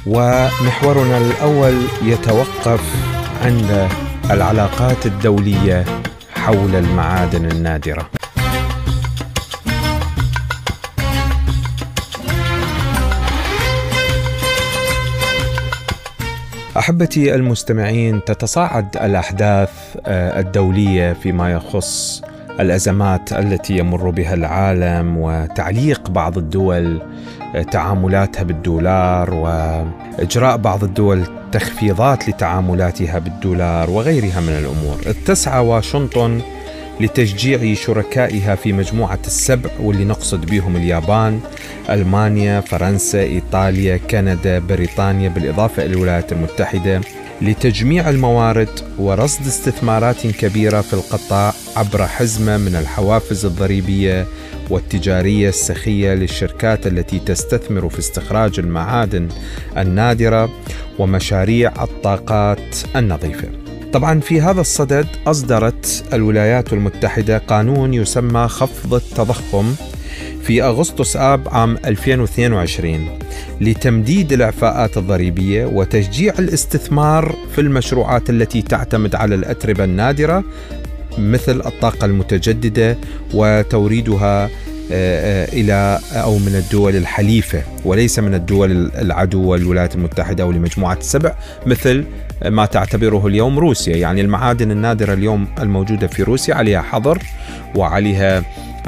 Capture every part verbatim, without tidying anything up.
ومحورنا الأول يتوقف عند العلاقات الدولية حول المعادن النادرة. أحبتي المستمعين، تتصاعد الأحداث الدولية فيما يخص الأزمات التي يمر بها العالم وتعليق بعض الدول تعاملاتها بالدولار وإجراء بعض الدول تخفيضات لتعاملاتها بالدولار وغيرها من الأمور. تسعى واشنطن لتشجيع شركائها في مجموعة السبع، واللي نقصد بهم اليابان، ألمانيا، فرنسا، إيطاليا، كندا، بريطانيا، بالإضافة إلى الولايات المتحدة، لتجميع الموارد ورصد استثمارات كبيرة في القطاع عبر حزمة من الحوافز الضريبية والتجارية السخية للشركات التي تستثمر في استخراج المعادن النادرة ومشاريع الطاقات النظيفة. طبعا في هذا الصدد أصدرت الولايات المتحدة قانون يسمى خفض التضخم في أغسطس آب عام ألفين واثنين وعشرين لتمديد الإعفاءات الضريبية وتشجيع الاستثمار في المشروعات التي تعتمد على الأتربة النادرة مثل الطاقة المتجددة وتوريدها إلى أو من الدول الحليفة وليس من الدول العدو والولايات المتحدة أو لمجموعة السبع مثل ما تعتبره اليوم روسيا. يعني المعادن النادرة اليوم الموجودة في روسيا عليها حظر وعليها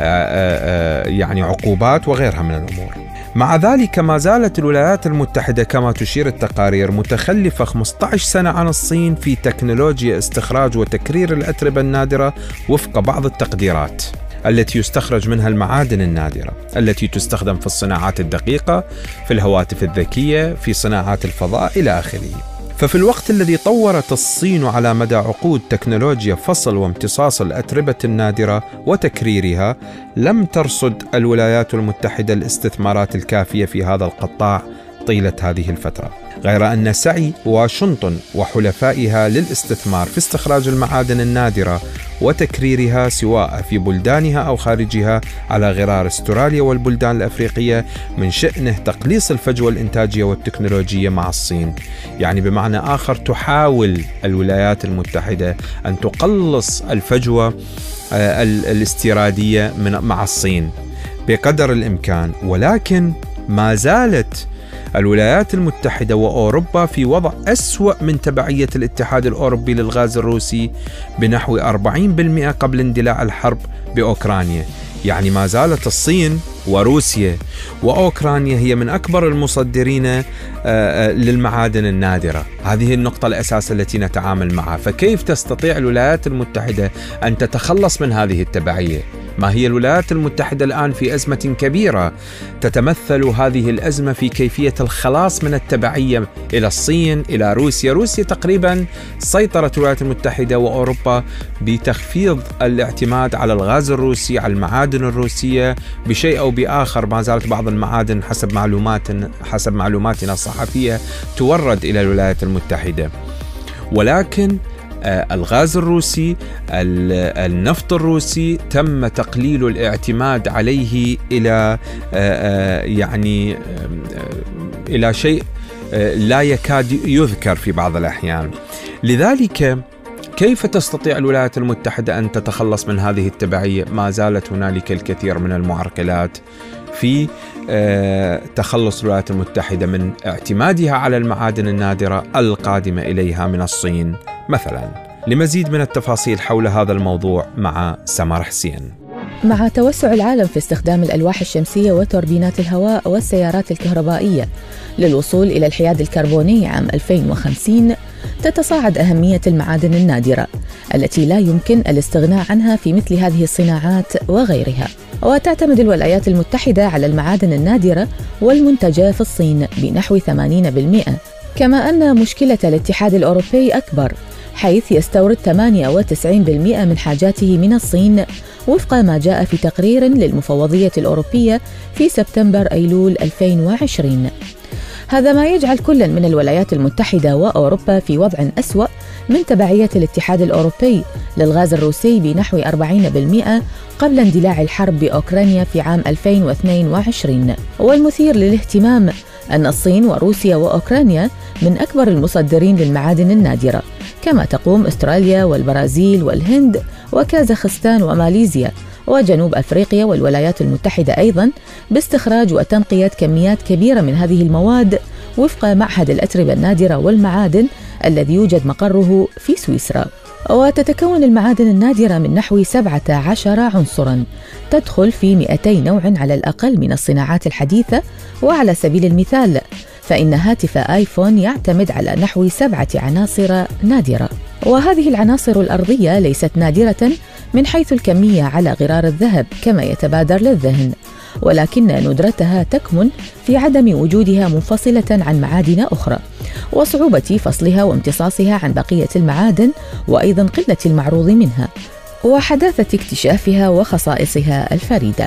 يعني عقوبات وغيرها من الأمور. مع ذلك ما زالت الولايات المتحدة كما تشير التقارير متخلفة خمسة عشر سنة عن الصين في تكنولوجيا استخراج وتكرير الأتربة النادرة وفق بعض التقديرات التي يستخرج منها المعادن النادرة التي تستخدم في الصناعات الدقيقة، في الهواتف الذكية، في صناعات الفضاء إلى آخره. ففي الوقت الذي طورت الصين على مدى عقود تكنولوجيا فصل وامتصاص الأتربة النادرة وتكريرها، لم ترصد الولايات المتحدة الاستثمارات الكافية في هذا القطاع طيلة هذه الفترة، غير أن سعي واشنطن وحلفائها للاستثمار في استخراج المعادن النادرة وتكريرها سواء في بلدانها أو خارجها على غرار استراليا والبلدان الأفريقية من شأنه تقليص الفجوة الإنتاجية والتكنولوجية مع الصين. يعني بمعنى آخر تحاول الولايات المتحدة أن تقلص الفجوة الاستيرادية مع الصين بقدر الإمكان، ولكن ما زالت الولايات المتحدة وأوروبا في وضع أسوأ من تبعية الاتحاد الأوروبي للغاز الروسي بنحو أربعين بالمئة قبل اندلاع الحرب بأوكرانيا. يعني ما زالت الصين وروسيا وأوكرانيا هي من أكبر المصدرين للمعادن النادرة. هذه النقطة الأساسية التي نتعامل معها. فكيف تستطيع الولايات المتحدة أن تتخلص من هذه التبعية؟ ما هي الولايات المتحدة الآن في أزمة كبيرة تتمثل هذه الأزمة في كيفية الخلاص من التبعية إلى الصين إلى روسيا. روسيا تقريبا سيطرت الولايات المتحدة وأوروبا بتخفيض الاعتماد على الغاز الروسي، على المعادن الروسية بشيء أو بآخر. ما زالت بعض المعادن حسب معلومات حسب معلوماتنا الصحفية تورد إلى الولايات المتحدة، ولكن الغاز الروسي، النفط الروسي تم تقليل الاعتماد عليه إلى يعني إلى شيء لا يكاد يذكر في بعض الأحيان. لذلك كيف تستطيع الولايات المتحدة أن تتخلص من هذه التبعية؟ ما زالت هنالك الكثير من المعرقلات في تخلص الولايات المتحدة من اعتمادها على المعادن النادرة القادمة إليها من الصين مثلا. لمزيد من التفاصيل حول هذا الموضوع مع سمر حسين. مع توسع العالم في استخدام الألواح الشمسية وتوربينات الهواء والسيارات الكهربائية للوصول إلى الحياد الكربوني عام ألفين وخمسين، تتصاعد أهمية المعادن النادرة التي لا يمكن الاستغناء عنها في مثل هذه الصناعات وغيرها. وتعتمد الولايات المتحدة على المعادن النادرة والمنتجة في الصين بنحو ثمانين بالمئة، كما أن مشكلة الاتحاد الأوروبي أكبر، حيث يستورد ثمانية وتسعين بالمئة من حاجاته من الصين وفق ما جاء في تقرير للمفوضية الأوروبية في سبتمبر أيلول ألفين وعشرين. هذا ما يجعل كل من الولايات المتحدة وأوروبا في وضع أسوأ من تبعية الاتحاد الأوروبي للغاز الروسي بنحو أربعين بالمئة قبل اندلاع الحرب بأوكرانيا في عام ألفين واثنين وعشرين. والمثير للاهتمام أن الصين وروسيا وأوكرانيا من أكبر المصدرين للمعادن النادرة، كما تقوم أستراليا والبرازيل والهند وكازاخستان وماليزيا وجنوب أفريقيا والولايات المتحدة أيضاً باستخراج وتنقية كميات كبيرة من هذه المواد وفق معهد الأتربة النادرة والمعادن الذي يوجد مقره في سويسرا. وتتكون المعادن النادرة من نحو سبعة عشر عنصراً تدخل في مئتي نوع على الأقل من الصناعات الحديثة. وعلى سبيل المثال فإن هاتف آيفون يعتمد على نحو سبعة عناصر نادرة، وهذه العناصر الأرضية ليست نادرة من حيث الكمية على غرار الذهب كما يتبادر للذهن، ولكن ندرتها تكمن في عدم وجودها منفصلة عن معادن أخرى وصعوبة فصلها وامتصاصها عن بقية المعادن، وأيضا قلة المعروض منها وحداثة اكتشافها وخصائصها الفريدة.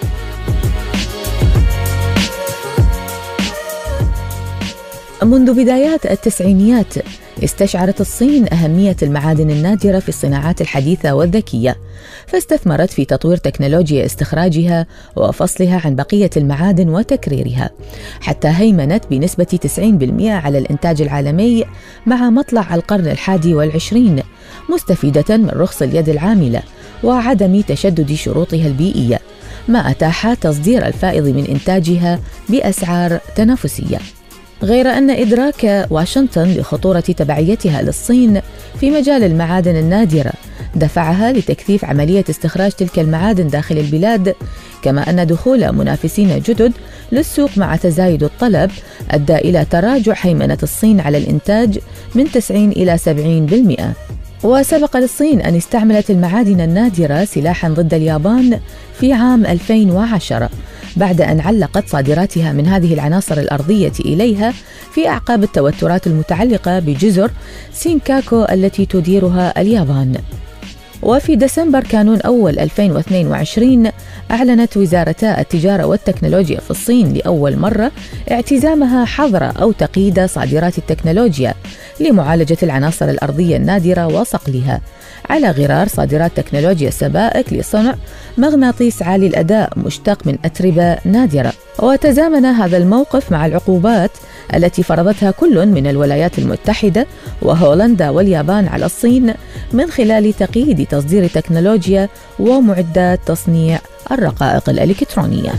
منذ بدايات التسعينيات استشعرت الصين أهمية المعادن النادرة في الصناعات الحديثة والذكية، فاستثمرت في تطوير تكنولوجيا استخراجها وفصلها عن بقية المعادن وتكريرها، حتى هيمنت بنسبة تسعين بالمئة على الإنتاج العالمي مع مطلع القرن الحادي والعشرين، مستفيدة من رخص اليد العاملة وعدم تشدد شروطها البيئية، ما أتاح تصدير الفائض من إنتاجها بأسعار تنافسية. غير أن إدراك واشنطن لخطورة تبعيتها للصين في مجال المعادن النادرة دفعها لتكثيف عملية استخراج تلك المعادن داخل البلاد، كما أن دخول منافسين جدد للسوق مع تزايد الطلب أدى إلى تراجع هيمنة الصين على الإنتاج من تسعين إلى سبعين بالمئة. وسبق للصين أن استعملت المعادن النادرة سلاحاً ضد اليابان في عام ألفين وعشرة بعد أن علقت صادراتها من هذه العناصر الأرضية إليها في أعقاب التوترات المتعلقة بجزر سينكاكو التي تديرها اليابان. وفي ديسمبر كانون أول ألفين واثنين وعشرين أعلنت وزارتا التجارة والتكنولوجيا في الصين لأول مرة اعتزامها حظر أو تقييد صادرات التكنولوجيا لمعالجة العناصر الأرضية النادرة وصقلها على غرار صادرات تكنولوجيا سبائك لصنع مغناطيس عالي الأداء مشتق من أتربة نادرة. وتزامن هذا الموقف مع العقوبات التي فرضتها كل من الولايات المتحدة وهولندا واليابان على الصين من خلال تقييد تصدير تكنولوجيا ومعدات تصنيع الرقائق الإلكترونية.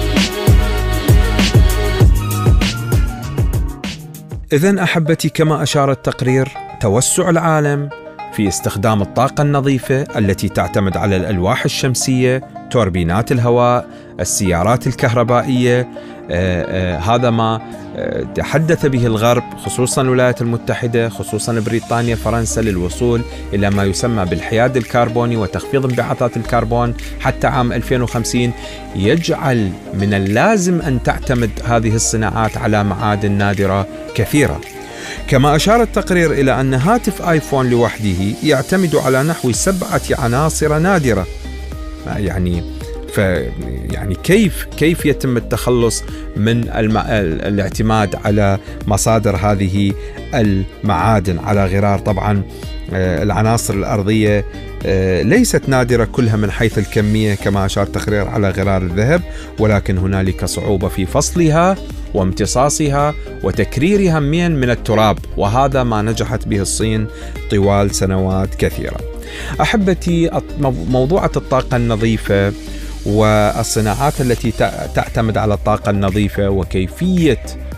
إذن أحبتي، كما أشار التقرير، توسع العالم في استخدام الطاقة النظيفة التي تعتمد على الألواح الشمسية، توربينات الهواء، السيارات الكهربائية. آه آه هذا ما آه تحدث به الغرب، خصوصا الولايات المتحدة، خصوصا بريطانيا، فرنسا، للوصول إلى ما يسمى بالحياد الكربوني وتخفيض انبعاثات الكربون حتى عام ألفين وخمسين، يجعل من اللازم أن تعتمد هذه الصناعات على معادن نادرة كثيرة. كما أشار التقرير إلى أن هاتف آيفون لوحده يعتمد على نحو سبعة عناصر نادرة. يعني ف يعني كيف كيف يتم التخلص من الم... الاعتماد على مصادر هذه المعادن على غرار طبعا العناصر الأرضية ليست نادرة كلها من حيث الكمية كما أشار التقرير على غرار الذهب، ولكن هنالك صعوبة في فصلها وامتصاصها وتكريرها من التراب، وهذا ما نجحت به الصين طوال سنوات كثيرة. أحبتي، موضوع الطاقة النظيفة والصناعات التي تعتمد على الطاقة النظيفة وكيفية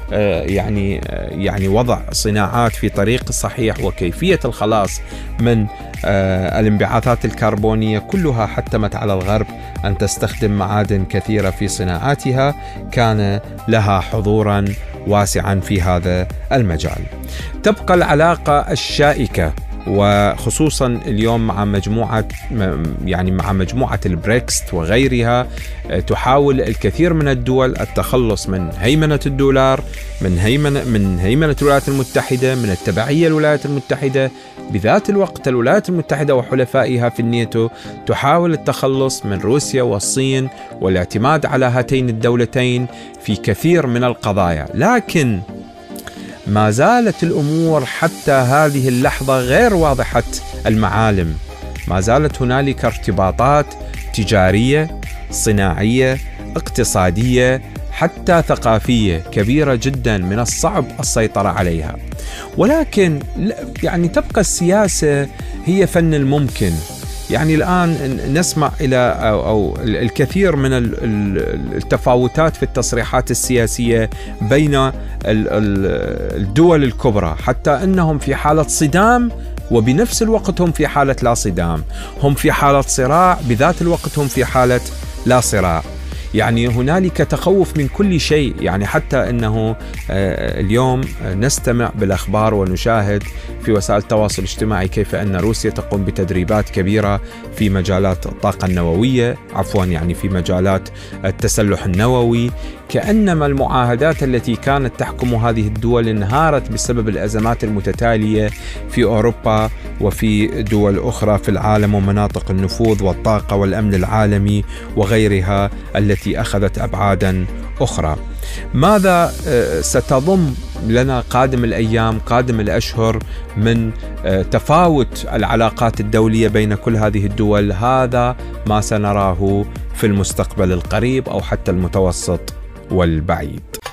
يعني يعني وضع صناعات في طريق الصحيح وكيفية الخلاص من الانبعاثات الكربونية كلها حتمت على الغرب أن تستخدم معادن كثيرة في صناعاتها، كان لها حضورا واسعا في هذا المجال. تبقى العلاقة الشائكة وخصوصا اليوم مع مجموعة يعني مع مجموعة البريكس وغيرها، تحاول الكثير من الدول التخلص من هيمنة الدولار، من هيمنة من هيمنة الولايات المتحدة، من التبعية للولايات المتحدة. بذات الوقت الولايات المتحدة وحلفائها في الناتو تحاول التخلص من روسيا والصين والاعتماد على هاتين الدولتين في كثير من القضايا، لكن ما زالت الأمور حتى هذه اللحظة غير واضحة المعالم. ما زالت هنالك ارتباطات تجارية، صناعية، اقتصادية، حتى ثقافية كبيرة جدا من الصعب السيطرة عليها. ولكن يعني تبقى السياسة هي فن الممكن. يعني الآن نسمع إلى أو, أو الكثير من التفاوتات في التصريحات السياسية بين الدول الكبرى، حتى أنهم في حالة صدام وبنفس الوقت هم في حالة لا صدام، هم في حالة صراع بذات الوقت هم في حالة لا صراع. يعني هنالك تخوف من كل شيء. يعني حتى أنه اليوم نستمع بالأخبار ونشاهد في وسائل التواصل الاجتماعي كيف أن روسيا تقوم بتدريبات كبيرة في مجالات الطاقة النووية، عفوا يعني في مجالات التسلح النووي، كأنما المعاهدات التي كانت تحكم هذه الدول انهارت بسبب الأزمات المتتالية في أوروبا وفي دول أخرى في العالم ومناطق النفوذ والطاقة والأمن العالمي وغيرها التي أخذت أبعادا أخرى. ماذا ستضم لنا قادم الأيام قادم الأشهر من تفاوت العلاقات الدولية بين كل هذه الدول؟ هذا ما سنراه في المستقبل القريب أو حتى المتوسط والبعيد.